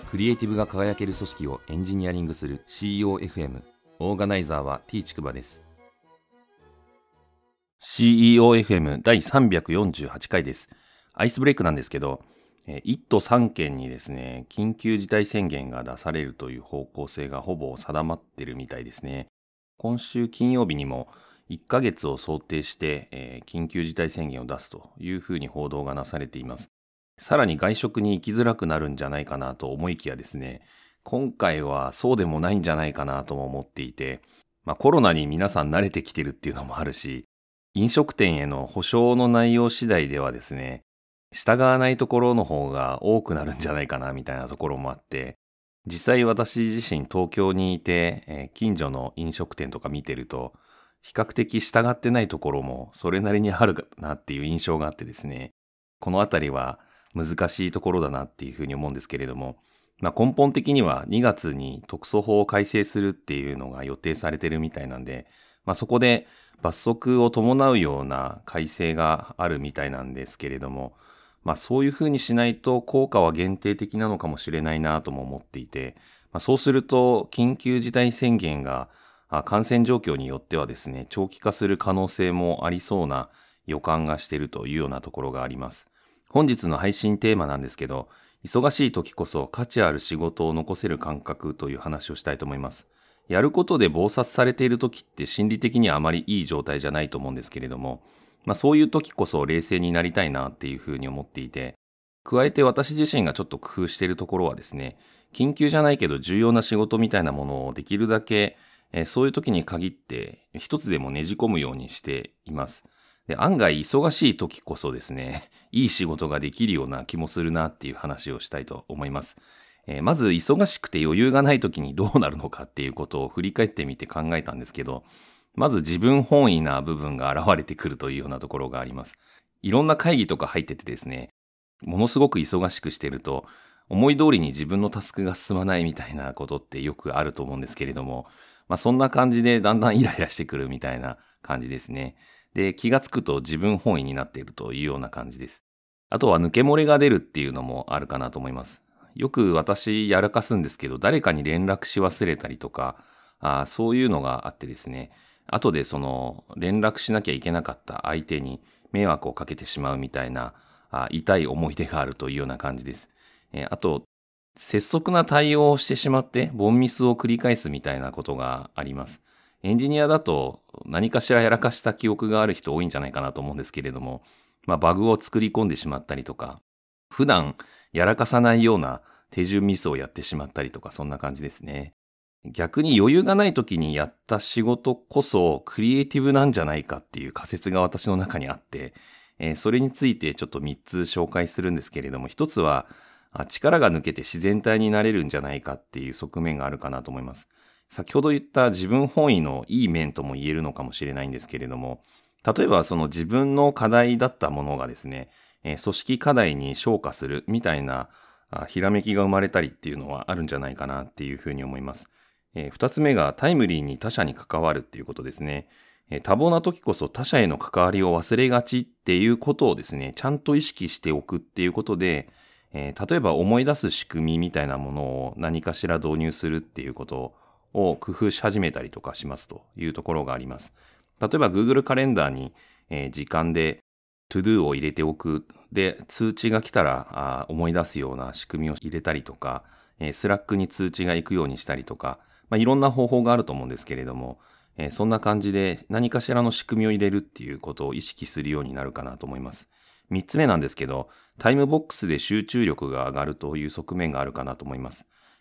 クリエイティブが輝ける組織をエンジニアリングする CEOFM。 オーガナイザーは T ちくばです。 CEOFM 第348回です。アイスブレイクなんですけど、1都3県にですね、緊急事態宣言が出されるという方向性がほぼ定まってるみたいですね。今週金曜日にも1ヶ月を想定して、緊急事態宣言を出すというふうに報道がなされています。さらに外食に行きづらくなるんじゃないかなと思いきやですね、今回はそうでもないんじゃないかなとも思っていて、コロナに皆さん慣れてきてるっていうのもあるし、飲食店への補償の内容次第ではですね、従わないところの方が多くなるんじゃないかなみたいなところもあって、実際私自身東京にいて、近所の飲食店とか見てると、比較的従ってないところもそれなりにあるかなっていう印象があってですね、このあたりは難しいところだなっていうふうに思うんですけれども、根本的には2月に特措法を改正するっていうのが予定されてるみたいなんで、そこで罰則を伴うような改正があるみたいなんですけれども、そういうふうにしないと効果は限定的なのかもしれないなとも思っていて、そうすると緊急事態宣言が感染状況によってはですね、長期化する可能性もありそうな予感がしているというようなところがあります。本日の配信テーマなんですけど、忙しい時こそ価値ある仕事を残せる感覚という話をしたいと思います。やることで忙殺されている時って心理的にはあまりいい状態じゃないと思うんですけれども、そういう時こそ冷静になりたいなっていうふうに思っていて、加えて私自身がちょっと工夫しているところはですね、緊急じゃないけど重要な仕事みたいなものをできるだけ、そういう時に限って一つでもねじ込むようにしています。で、案外忙しい時こそですね、いい仕事ができるような気もするなっていう話をしたいと思います。まず忙しくて余裕がない時にどうなるのかっていうことを振り返ってみて考えたんですけど、まず自分本位な部分が現れてくるというようなところがあります。いろんな会議とか入っててですね、ものすごく忙しくしてると、思い通りに自分のタスクが進まないみたいなことってよくあると思うんですけれども、そんな感じでだんだんイライラしてくるみたいな感じですね。で、気がつくと自分本位になっているというような感じです。あとは抜け漏れが出るっていうのもあるかなと思います。よく私やらかすんですけど、誰かに連絡し忘れたりとか、そういうのがあってですね、後でその連絡しなきゃいけなかった相手に迷惑をかけてしまうみたいな、痛い思い出があるというような感じです。あと、拙速な対応をしてしまってボンミスを繰り返すみたいなことがあります。エンジニアだと何かしらやらかした記憶がある人多いんじゃないかなと思うんですけれども、バグを作り込んでしまったりとか、普段やらかさないような手順ミスをやってしまったりとか、そんな感じですね。逆に余裕がない時にやった仕事こそクリエイティブなんじゃないかっていう仮説が私の中にあって、それについてちょっと3つ紹介するんですけれども、1つは力が抜けて自然体になれるんじゃないかっていう側面があるかなと思います。先ほど言った自分本位のいい面とも言えるのかもしれないんですけれども、例えばその自分の課題だったものがですね、組織課題に昇華するみたいなひらめきが生まれたりっていうのはあるんじゃないかなっていうふうに思います。二つ目がタイムリーに他者に関わるっていうことですね。多忙な時こそ他者への関わりを忘れがちっていうことをですね、ちゃんと意識しておくっていうことで、例えば思い出す仕組みみたいなものを何かしら導入するっていうことを工夫し始めたりとかしますというところがあります。例えば Google カレンダーに、時間で To Do を入れておく。で、通知が来たら思い出すような仕組みを入れたりとか、Slack に通知が行くようにしたりとか、いろんな方法があると思うんですけれども、そんな感じで何かしらの仕組みを入れるっていうことを意識するようになるかなと思います。三つ目なんですけど、タイムボックスで集中力が上がるという側面があるかなと思います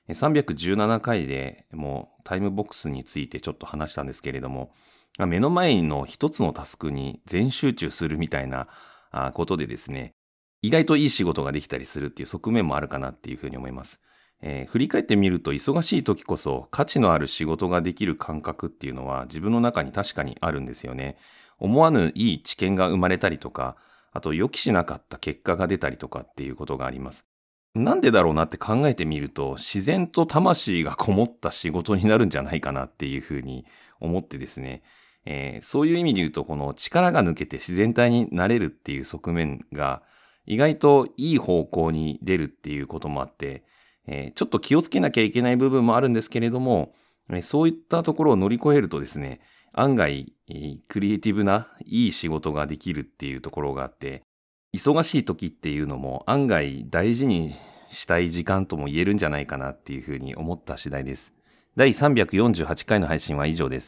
。317回でもうタイムボックスについてちょっと話したんですけれども、目の前の一つのタスクに全集中するみたいなことでですね、意外といい仕事ができたりするっていう側面もあるかなっていうふうに思います。振り返ってみると忙しい時こそ価値のある仕事ができる感覚っていうのは自分の中に確かにあるんですよね。思わぬいい知見が生まれたりとか、あと予期しなかった結果が出たりとかっていうことがあります。なんでだろうなって考えてみると、自然と魂がこもった仕事になるんじゃないかなっていうふうに思ってですね、そういう意味で言うと、この力が抜けて自然体になれるっていう側面が意外といい方向に出るっていうこともあって、 ちょっと気をつけなきゃいけない部分もあるんですけれども、そういったところを乗り越えるとですね、案外、クリエイティブないい仕事ができるっていうところがあって、忙しい時っていうのも案外大事にしたい時間とも言えるんじゃないかなっていうふうに思った次第です。第348回の配信は以上です。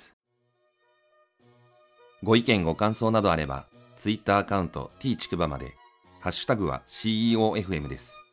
ご意見ご感想などあれば、Twitter アカウント t ちくばまで、ハッシュタグは CEOFM です。